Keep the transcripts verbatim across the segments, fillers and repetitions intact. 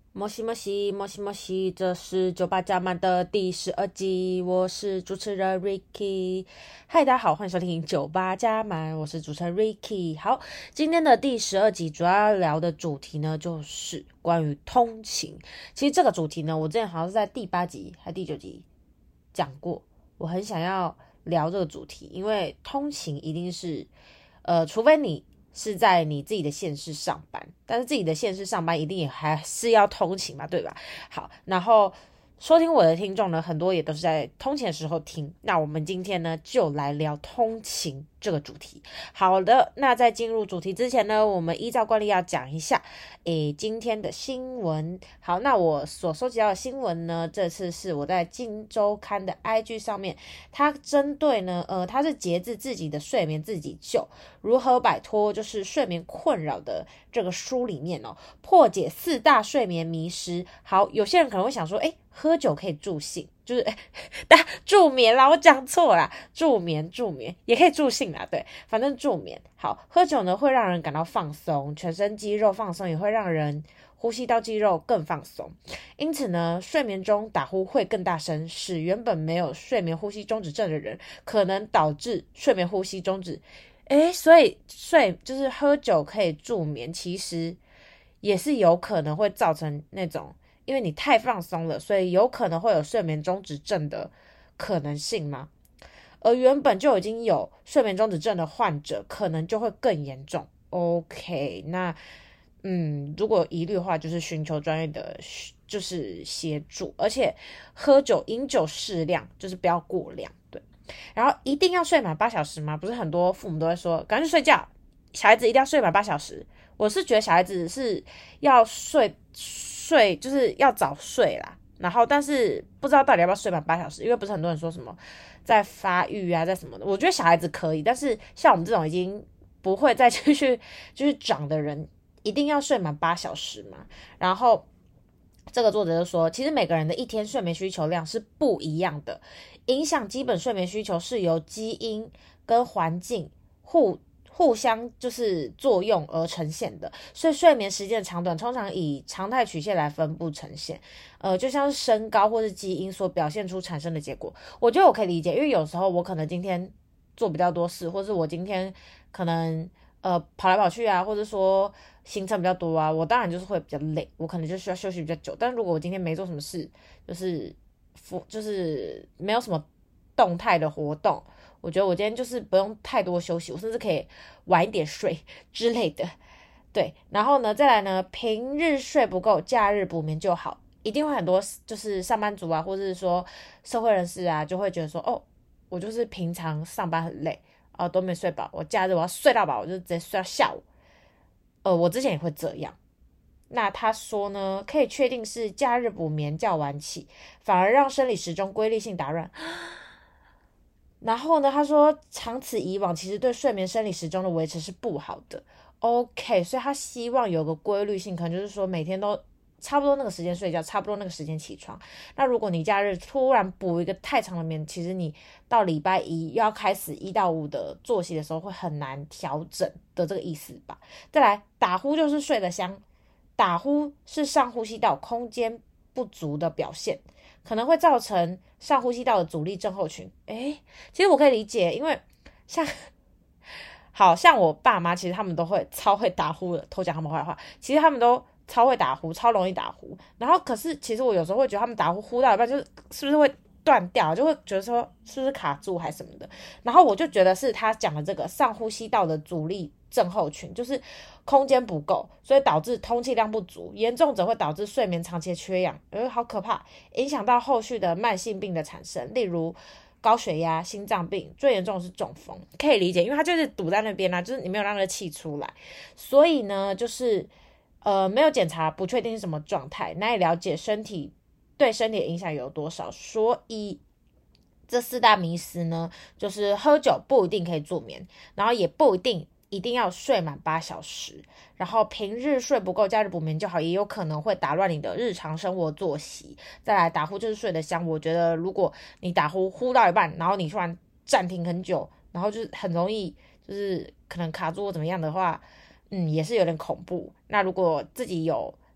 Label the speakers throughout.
Speaker 1: 摩西摩西摩西摩西，这是酒吧加满的第十二集，我是主持人 Ricky。嗨，大家好，欢迎收听酒吧加满，我是主持人 Ricky。好，今天的第十二集主要要聊的主题呢，就是关于通勤。其实这个主题呢，我之前好像是在第八集还第九集讲过，我很想要聊这个主题，因为通勤一定是，呃，除非你是在你自己的县市上班，但是自己的县市上班一定也还是要通勤嘛，对吧？好，然后收听我的听众呢，很多也都是在通勤的时候听。那我们今天呢，就来聊通勤这个主题。好的，那在进入主题之前呢，我们依照惯例要讲一下，诶，今天的新闻。好，那我所收集到的新闻呢，这次是我在今周刊的 I G 上面，它针对呢，呃，它是节制自己的睡眠自己救，如何摆脱就是睡眠困扰的这个书里面哦，破解四大睡眠迷失。好，有些人可能会想说，诶，喝酒可以助兴，就是大助眠啦，我讲错啦，助眠助眠也可以助兴啦，对，反正助眠。好，喝酒呢会让人感到放松，全身肌肉放松，也会让人呼吸道肌肉更放松，因此呢，睡眠中打呼会更大声，使原本没有睡眠呼吸中止症的人，可能导致睡眠呼吸中止。诶，所以睡就是喝酒可以助眠，其实也是有可能会造成那种，因为你太放松了，所以有可能会有睡眠中止症的可能性吗？而原本就已经有睡眠中止症的患者，可能就会更严重。OK， 那嗯，如果有疑虑的话，就是寻求专业的就是协助，而且喝酒饮酒适量，就是不要过量，对。然后一定要睡满八小时吗？不是很多父母都会说，赶紧睡觉，小孩子一定要睡满八小时。我是觉得小孩子是要睡睡，就是要早睡啦。然后，但是不知道到底要不要睡满八小时，因为不是很多人说什么在发育啊，在什么的。我觉得小孩子可以，但是像我们这种已经不会再继续就是长的人，一定要睡满八小时嘛。然后这个作者就说，其实每个人的一天睡眠需求量是不一样的，影响基本睡眠需求是由基因跟环境互互相就是作用而呈现的，所以睡眠时间的长短通常以常态曲线来分布呈现，呃，就像是身高或是基因所表现出产生的结果。我觉得我可以理解，因为有时候我可能今天做比较多事，或是我今天可能呃跑来跑去啊，或者说行程比较多啊，我当然就是会比较累，我可能就需要休息比较久。但如果我今天没做什么事，就是就是没有什么动态的活动，我觉得我今天就是不用太多休息，我甚至可以晚一点睡之类的。对，然后呢，再来呢，平日睡不够，假日补眠就好。一定会很多就是上班族啊，或者是说社会人士啊，就会觉得说，哦，我就是平常上班很累啊、呃，都没睡饱，我假日我要睡到饱，我就直接睡到下午。呃，我之前也会这样。那他说呢，可以确定是假日补眠较晚起，反而让生理时钟规律性打乱。然后呢，他说长此以往，其实对睡眠生理时钟的维持是不好的。OK，所以他希望有个规律性，可能就是说每天都差不多那个时间睡觉，差不多那个时间起床。那如果你假日突然补一个太长的眠，其实你到礼拜一要开始一到五的作息的时候会很难调整的这个意思吧。再来，打呼就是睡得香，打呼是上呼吸道空间不足的表现，可能会造成上呼吸道的阻力症候群。诶，其实我可以理解，因为像好像我爸妈其实他们都会超会打呼的，偷讲他们坏话，其实他们都超会打呼，超容易打呼。然后可是其实我有时候会觉得他们打呼呼到一半，就是是不是会断掉，就会觉得说是不是卡住还是什么的。然后我就觉得是他讲的这个上呼吸道的阻力症候群，就是空间不够，所以导致通气量不足，严重则会导致睡眠长期缺氧，呃，好可怕，影响到后续的慢性病的产生，例如高血压、心脏病，最严重的是中风。可以理解，因为它就是堵在那边啊，就是你没有让那个气出来，所以呢，就是呃没有检查，不确定是什么状态，难以了解身体对身体的影响有多少，所以这四大迷思呢，就是喝酒不一定可以助眠，然后也不一定一定要睡满八小时，然后平日睡不够，假日补眠就好，也有可能会打乱你的日常生活作息。再来，打呼就是睡得香，我觉得如果你打呼呼到一半，然后你突然暂停很久，然后就是很容易就是可能卡住或怎么样的话，嗯，也是有点恐怖。那如果自己有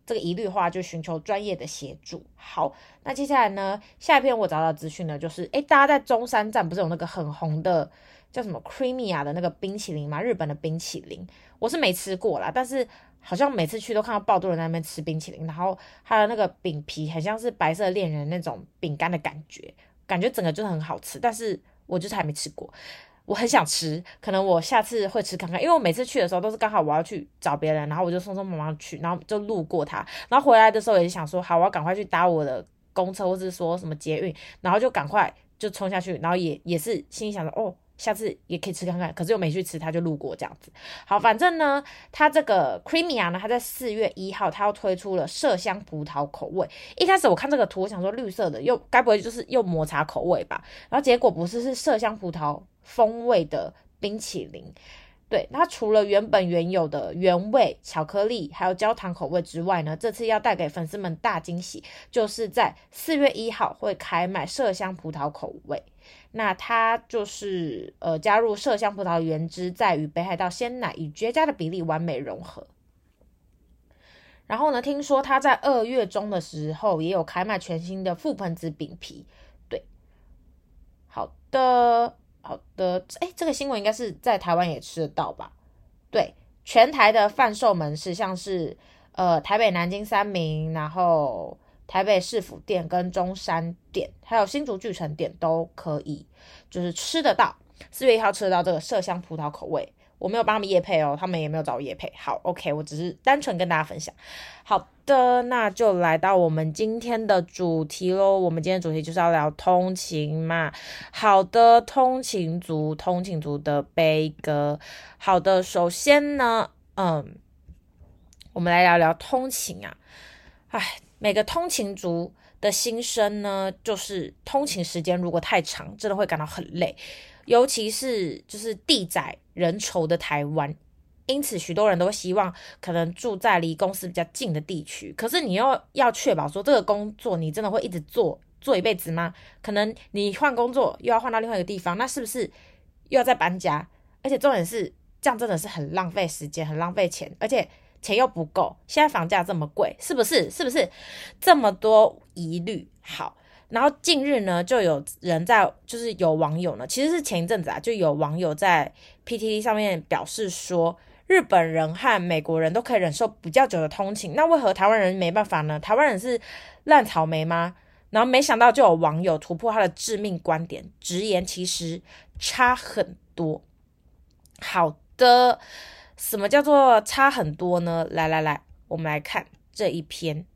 Speaker 1: 这个疑虑的话，就寻求专业的协助。好，那接下来呢，下一篇我找到的资讯呢，就是诶，大家在中山站不是有那个很红的叫什么 Creamia 的那个冰淇淋吗？日本的冰淇淋，我是没吃过啦，但是好像每次去都看到爆多人在那边吃冰淇淋，然后它的那个饼皮很像是白色恋人那种饼干的感觉，感觉整个就是很好吃，但是我就是还没吃过。我很想吃，可能我下次会吃看看，因为我每次去的时候都是刚好我要去找别人，然后我就匆匆忙忙去，然后就路过它，然后回来的时候也是想说，好，我要赶快去搭我的公车或是说什么捷运，然后就赶快就冲下去，然后也也是心里想着，哦，下次也可以吃看看，可是又没去吃，他就路过这样子。好，反正呢，它这个 Creamia 呢，它在四月一号，它要推出了麝香葡萄口味。一开始我看这个图，我想说绿色的，又该不会就是又抹茶口味吧？然后结果不是，是麝香葡萄风味的冰淇淋。对，它除了原本原有的原味巧克力还有焦糖口味之外呢，这次要带给粉丝们大惊喜，就是在四月一号会开卖麝香葡萄口味。那它就是呃加入麝香葡萄原汁，再与北海道鲜奶以绝佳的比例完美融合。然后呢，听说它在二月中的时候也有开卖全新的覆盆子饼皮。对，好的。好的，哎，这个新闻应该是在台湾也吃得到吧？对，全台的贩售门市，像是呃台北、南京三民，然后台北市府店跟中山店，还有新竹巨城店都可以，就是吃得到。四月一号吃得到这个麝香葡萄口味，我没有帮他们业配哦，他们也没有找我业配。好 ，OK， 我只是单纯跟大家分享。好的，那就来到我们今天的主题咯。我们今天的主题就是要聊通勤嘛。好的，通勤族，通勤族的悲歌。好的，首先呢，嗯，我们来聊聊通勤啊。唉，每个通勤族的心声呢，就是通勤时间如果太长，真的会感到很累。尤其是就是地窄人稠的台湾，因此许多人都会希望可能住在离公司比较近的地区。可是你又要确保说这个工作你真的会一直做做一辈子吗？可能你换工作又要换到另外一个地方，那是不是又要再搬家？而且重点是这样真的是很浪费时间，很浪费钱，而且钱又不够。现在房价这么贵，是不是？是不是这么多疑虑？好。然后近日呢，就有人在，就是有网友呢，其实是前一阵子啊，就有网友在 P T T 上面表示说，日本人和美国人都可以忍受比较久的通勤，那为何台湾人没办法呢？台湾人是烂草莓吗？然后没想到就有网友突破他的致命观点，直言其实差很多。好的，什么叫做差很多呢？来来来，我们来看这一篇。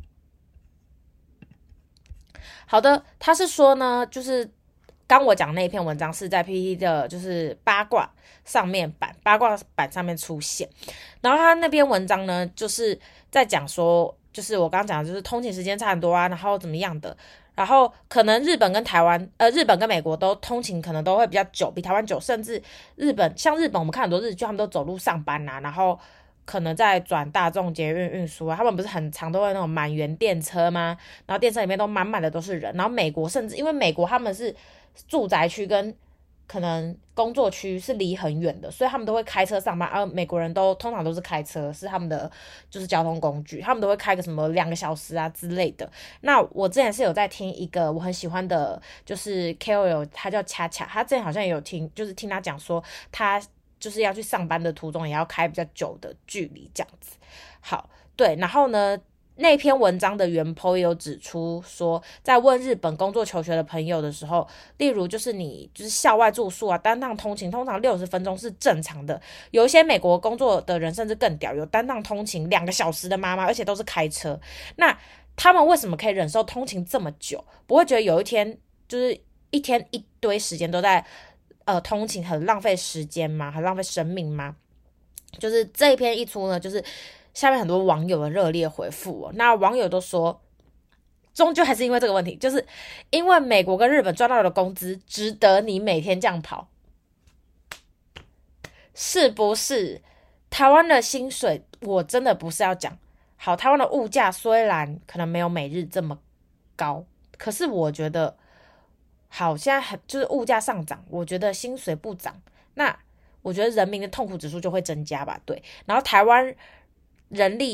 Speaker 1: 好的，他是说呢，就是刚我讲那篇文章是在 P T T 的，就是八卦上面版八卦版上面出现，然后他那篇文章呢，就是在讲说，就是我刚刚讲的，就是通勤时间差很多啊，然后怎么样的，然后可能日本跟台湾，呃，日本跟美国都通勤可能都会比较久，比台湾久，甚至日本像日本，我们看很多日剧，他们都走路上班啊，然后可能在转大众捷运运输啊，他们不是很常都会那种满员电车吗？然后电车里面都满满的都是人，然后美国甚至因为美国他们是住宅区跟可能工作区是离很远的，所以他们都会开车上班，而、啊、美国人都通常都是开车，是他们的就是交通工具，他们都会开个什么两个小时啊之类的。那我之前是有在听一个我很喜欢的，就是 K O L， 他叫恰恰，他之前好像也有听，就是听他讲说他就是要去上班的途中也要开比较久的距离这样子。好，对，然后呢，那篇文章的原 po 也有指出说，在问日本工作求学的朋友的时候，例如就是你就是校外住宿啊，单趟通勤通常六十分钟是正常的，有一些美国工作的人甚至更屌，有单趟通勤两个小时的妈妈，而且都是开车。那他们为什么可以忍受通勤这么久，不会觉得有一天就是一天一堆时间都在呃，通勤很浪费时间吗？很浪费生命吗？就是这一篇一出呢，就是下面很多网友的热烈回复哦。那网友都说，终究还是因为这个问题，就是因为美国跟日本赚到的工资值得你每天这样跑，是不是？台湾的薪水我真的不是要讲好，台湾的物价虽然可能没有美日这么高，可是我觉得。好，现在很就是物价上涨，我觉得薪水不涨，那我觉得人民的痛苦指数就会增加吧，对。然后台湾人力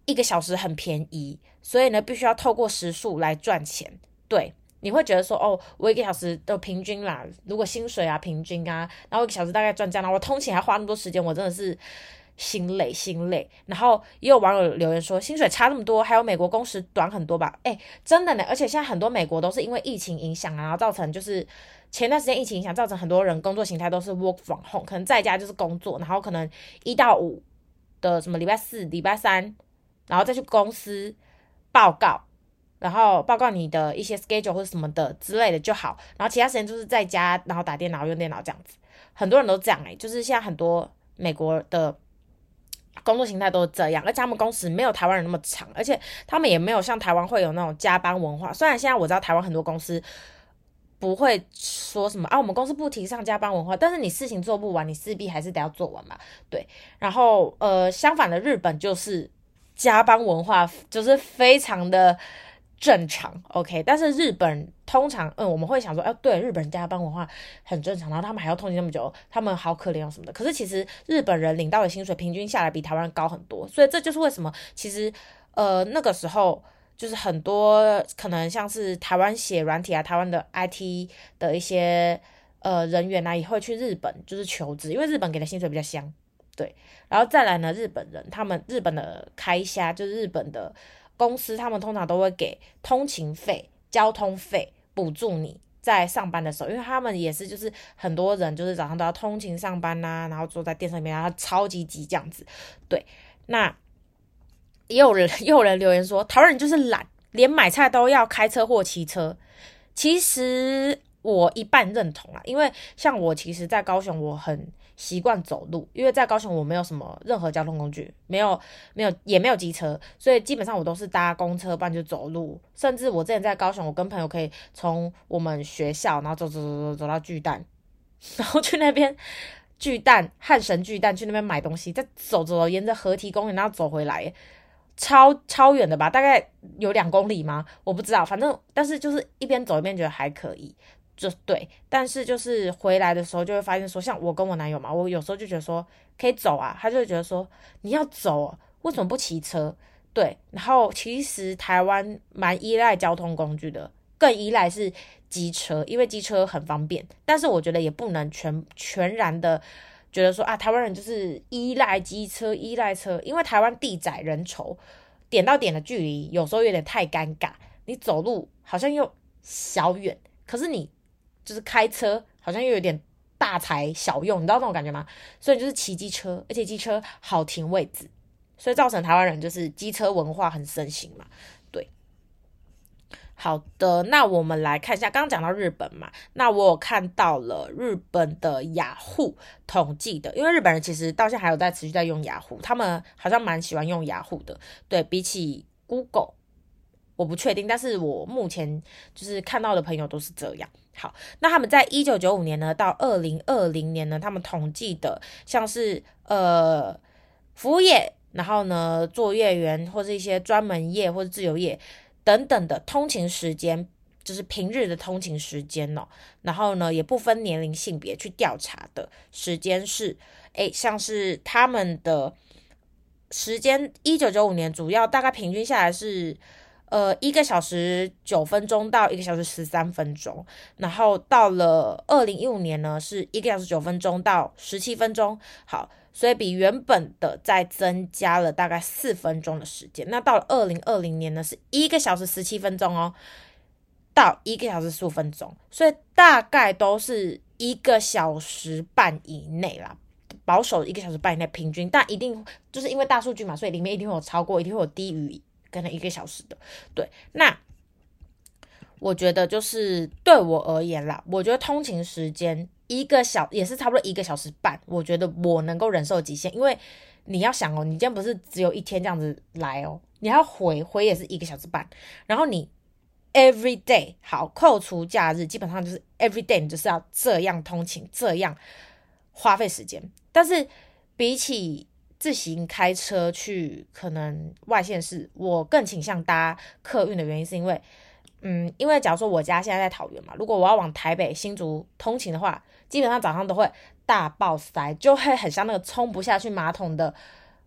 Speaker 1: 一个小时很便宜，所以呢必须要透过时数来赚钱。对，你会觉得说哦，我一个小时的平均啦，如果薪水啊平均啊，然后一个小时大概赚这样，然后我通勤还花那么多时间，我真的是心累心累。然后也有网友留言说薪水差那么多，还有美国工时短很多吧？哎，真的呢，而且现在很多美国都是因为疫情影响啊，然后造成就是前段时间疫情影响，造成很多人工作形态都是 work from home， 可能在家就是工作，然后可能一到五的什么礼拜四、礼拜三，然后再去公司报告。然后报告你的一些 schedule 或者什么的之类的就好，然后其他时间就是在家，然后打电脑用电脑这样子。很多人都这样哎、欸，就是现在很多美国的工作形态都是这样，而且他们工时没有台湾人那么长，而且他们也没有像台湾会有那种加班文化。虽然现在我知道台湾很多公司不会说什么啊，我们公司不提倡加班文化，但是你事情做不完，你势必还是得要做完嘛。对，然后呃，相反的日本就是加班文化就是非常的正常 ，OK， 但是日本通常，嗯，我们会想说，哎、啊，对，日本加班文化很正常，然后他们还要通勤那么久，他们好可怜哦什么的。可是其实日本人领到的薪水平均下来比台湾人高很多，所以这就是为什么其实呃那个时候就是很多可能像是台湾写软体啊，台湾的 I T 的一些呃人员啊，也会去日本就是求职，因为日本给的薪水比较香，对。然后再来呢，日本人他们日本的开销就是日本的。公司他们通常都会给通勤费、交通费补助你在上班的时候，因为他们也是就是很多人就是早上都要通勤上班呐、啊，然后坐在电车里面，然后超级挤这样子。对，那也有人也有人留言说，台湾人就是懒，连买菜都要开车或骑车。其实我一半认同啦，因为像我其实在高雄，我很习惯走路，因为在高雄我没有什么任何交通工具，没有没有也没有机车，所以基本上我都是搭公车，不然就走路。甚至我之前在高雄，我跟朋友可以从我们学校，然后走走走走走到巨蛋，然后去那边巨蛋汉神巨蛋去那边买东西，再走走走沿着河堤公园然后走回来。超超远的吧，大概有两公里吗？我不知道，反正但是就是一边走一边觉得还可以，就对。但是就是回来的时候就会发现说，像我跟我男友嘛，我有时候就觉得说可以走啊，他就会觉得说你要走啊，为什么不骑车？对，然后其实台湾蛮依赖交通工具的，更依赖是机车，因为机车很方便。但是我觉得也不能全全然的。觉得说啊，台湾人就是依赖机车、依赖车，因为台湾地窄人稠，点到点的距离有时候有点太尴尬，你走路好像又小远，可是你就是开车好像又有点大材小用，你知道那种感觉吗？所以就是骑机车，而且机车好停位置，所以造成台湾人就是机车文化很盛行嘛。对，好的，那我们来看一下，刚刚讲到日本嘛，那我有看到了日本的雅虎统计的，因为日本人其实到现在还有在持续在用雅虎，他们好像蛮喜欢用雅虎的，对比起 Google， 我不确定，但是我目前就是看到的朋友都是这样。好，那他们在一九九五年呢到二零二零年呢，他们统计的像是呃服务业，然后呢作业员或是一些专门业或是自由业。等等的通勤时间，就是平日的通勤时间哦。然后呢，也不分年龄、性别去调查的时间是，诶，像是他们的时间，一九九五年主要大概平均下来是，呃，一个小时九分钟到一个小时十三分钟。然后到了二零一五年呢，是一个小时九分钟到十七分钟。好。所以比原本的再增加了大概四分钟的时间。那到了二零二零年呢，是一个小时十七分钟哦，到一个小时十五分钟，所以大概都是一个小时半以内啦，保守一个小时半以内平均，但一定就是因为大数据嘛，所以里面一定会有超过，一定会有低于可能一个小时的。对，那我觉得就是对我而言啦，我觉得通勤时间。一个小也是差不多一个小时半，我觉得我能够忍受极限，因为你要想哦，你今天不是只有一天这样子来哦，你还要回回也是一个小时半，然后你 every day 好扣除假日，基本上就是 every day 你就是要这样通勤，这样花费时间。但是比起自行开车去可能外县市，我更倾向搭客运的原因是因为。嗯，因为假如说我家现在在桃园嘛，如果我要往台北新竹通勤的话，基本上早上都会大爆塞，就会很像那个冲不下去马桶的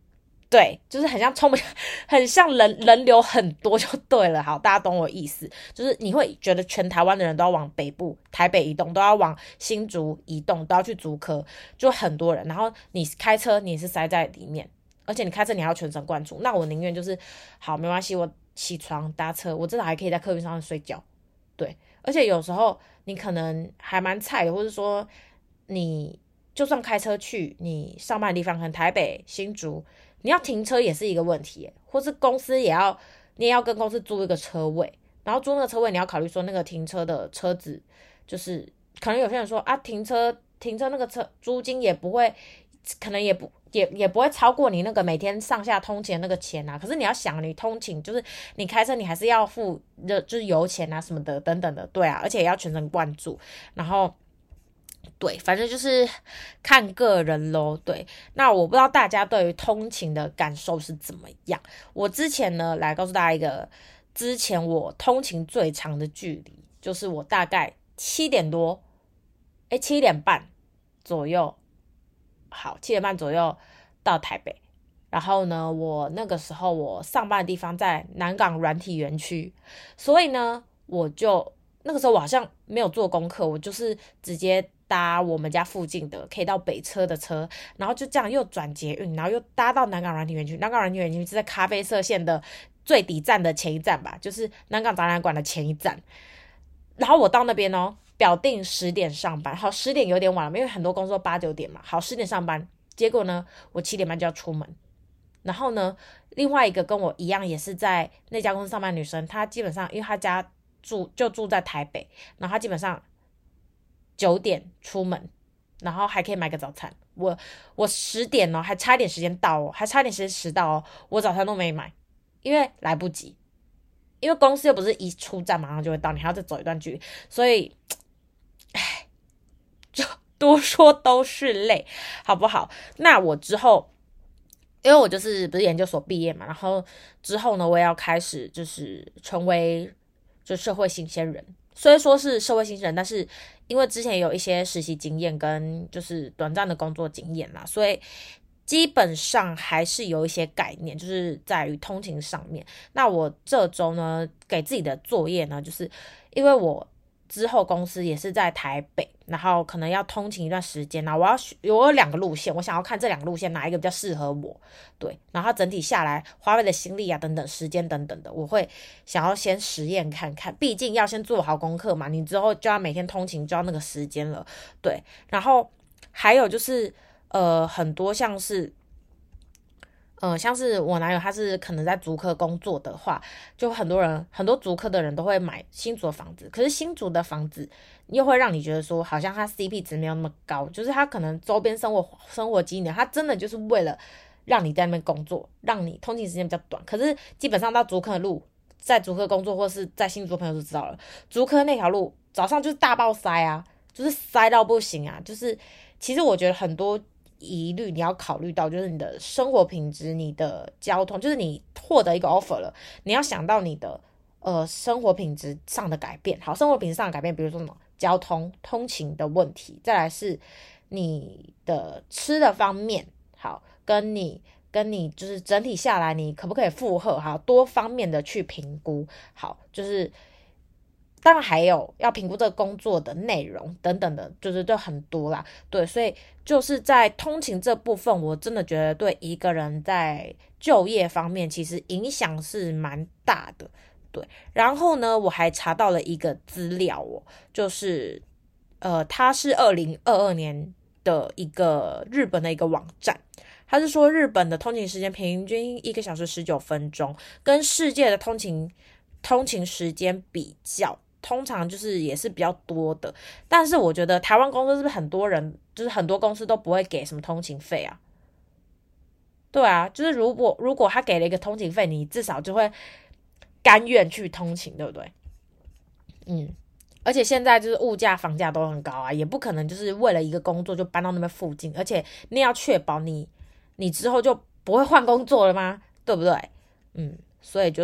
Speaker 1: 对，就是很像冲不，很像人人流很多就对了。好，大家懂我意思，就是你会觉得全台湾的人都要往北部台北移动，都要往新竹移动，都要去竹科，就很多人。然后你开车你是塞在里面，而且你开车你还要全神贯注。那我宁愿就是好没关系，我起床搭车，我至少还可以在客运上睡觉。对，而且有时候你可能还蛮菜的，或者说你就算开车去你上班的地方，可能台北、新竹。你要停车也是一个问题耶，或是公司也要，你也要跟公司租一个车位，然后租那个车位，你要考虑说那个停车的车子，就是可能有些人说啊，停车停车那个车租金也不会，可能也不也也不会超过你那个每天上下通勤的那个钱啊。可是你要想，你通勤就是你开车，你还是要付的，就是油钱啊什么的等等的，对啊，而且也要全神贯注，然后。对，反正就是看个人咯。对，那我不知道大家对于通勤的感受是怎么样。我之前呢，来告诉大家一个，之前我通勤最长的距离，就是我大概七点多，诶七点半左右，好，七点半左右到台北。然后呢，我那个时候我上班的地方在南港软体园区，所以呢，我就那个时候我好像没有做功课，我就是直接搭我们家附近的可以到北车的车，然后就这样又转捷运，然后又搭到南港软体园区。南港软体园区是在咖啡色线的最底站的前一站吧，就是南港展览馆的前一站。然后我到那边哦，表定十点上班，好，十点有点晚了，因为很多公司都八九点嘛，好，十点上班。结果呢，我七点半就要出门。然后呢，另外一个跟我一样也是在那家公司上班的女生，她基本上因为她家住就住在台北，然后她基本上九点出门，然后还可以买个早餐。我我十点哦，还差一点时间到哦，还差一点时间迟到哦，我早餐都没买，因为来不及，因为公司又不是一出站马上就会到，你还要再走一段距离，所以，唉，就多说都是泪，好不好？那我之后。因为我就是不是研究所毕业嘛，然后之后呢，我也要开始就是成为就社会新鲜人。虽然说是社会新鲜人，但是因为之前有一些实习经验跟就是短暂的工作经验啦，所以基本上还是有一些概念，就是在于通勤上面。那我这周呢，给自己的作业呢，就是因为我。之后公司也是在台北，然后可能要通勤一段时间，然后我要我有两个路线，我想要看这两个路线哪一个比较适合我，对，然后它整体下来花费的心力啊等等时间等等的，我会想要先实验看看，毕竟要先做好功课嘛，你之后就要每天通勤就要那个时间了，对，然后还有就是呃很多像是。呃，像是我男友他是可能在竹科工作的话，就很多人很多竹科的人都会买新竹的房子，可是新竹的房子又会让你觉得说，好像它 C P 值没有那么高，就是它可能周边生活生活机能，它真的就是为了让你在那边工作，让你通勤时间比较短。可是基本上到竹科的路，在竹科工作或是在新竹的朋友就知道了，竹科那条路早上就是大爆塞啊，就是塞到不行啊，就是其实我觉得很多。疑虑你要考虑到，就是你的生活品质、你的交通，就是你获得一个 offer 了，你要想到你的呃生活品质上的改变。好，生活品质上的改变，比如说什么交通、通勤的问题，再来是你的吃的方面，好，跟你跟你就是整体下来，你可不可以负荷？好，多方面的去评估，好，就是。当然还有要评估这个工作的内容等等的，就是就很多啦，对，所以就是在通勤这部分，我真的觉得对一个人在就业方面其实影响是蛮大的，对。然后呢，我还查到了一个资料哦，就是呃，它是二零二二年的一个日本的一个网站。他是说，日本的通勤时间平均一个小时十九分钟，跟世界的通勤通勤时间比较。通常就是也是比较多的，但是我觉得台湾公司是不是很多人，就是很多公司都不会给什么通勤费啊？对啊，就是如果如果他给了一个通勤费，你至少就会甘愿去通勤，对不对？嗯，而且现在就是物价、房价都很高啊，也不可能就是为了一个工作就搬到那边附近，而且你要确保你你之后就不会换工作了吗？对不对？嗯，所以就是。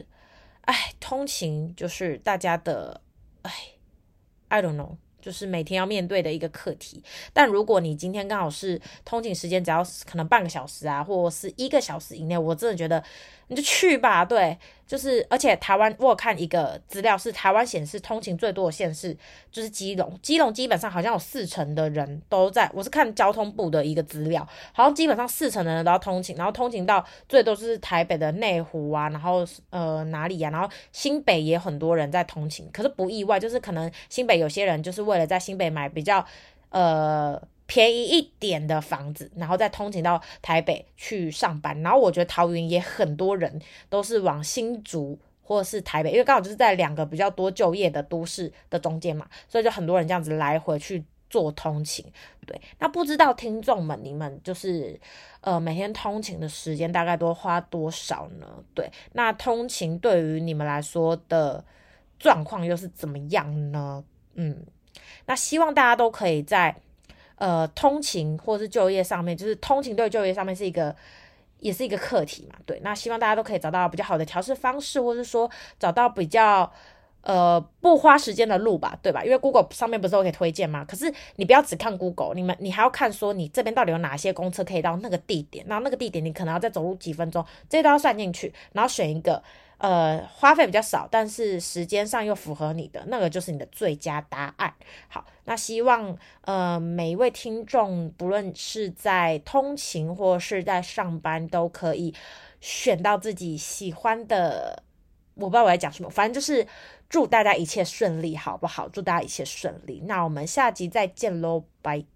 Speaker 1: 哎，通勤就是大家的，哎，I don't know， 就是每天要面对的一个课题。但如果你今天刚好是通勤时间只要可能半个小时啊，或者是一个小时以内，我真的觉得你就去吧。对，就是而且台湾我有看一个资料是台湾显示通勤最多的县市就是基隆，基隆基本上好像有四成的人都在，我是看交通部的一个资料，好像基本上四成的人都要通勤，然后通勤到最多就是台北的内湖啊，然后呃哪里啊，然后新北也很多人在通勤，可是不意外，就是可能新北有些人就是为了在新北买比较呃便宜一点的房子，然后再通勤到台北去上班。然后我觉得桃园也很多人都是往新竹或者是台北，因为刚好就是在两个比较多就业的都市的中间嘛，所以就很多人这样子来回去做通勤。对，那不知道听众们你们就是呃每天通勤的时间大概都花多少呢？对，那通勤对于你们来说的状况又是怎么样呢？嗯，那希望大家都可以在呃通勤或是就业上面，就是通勤对就业上面是一个也是一个课题嘛。对，那希望大家都可以找到比较好的调试方式，或是说找到比较呃不花时间的路吧，对吧？因为 Google 上面不是都可以推荐吗？可是你不要只看 Google， 你们你还要看说你这边到底有哪些公车可以到那个地点，然后那个地点你可能要再走路几分钟，这些都要算进去，然后选一个呃花费比较少，但是时间上又符合你的，那个就是你的最佳答案。好，那希望呃每一位听众，不论是在通勤或是在上班，都可以选到自己喜欢的。我不知道我在讲什么，反正就是祝大家一切顺利，好不好？祝大家一切顺利。那我们下集再见喽，拜。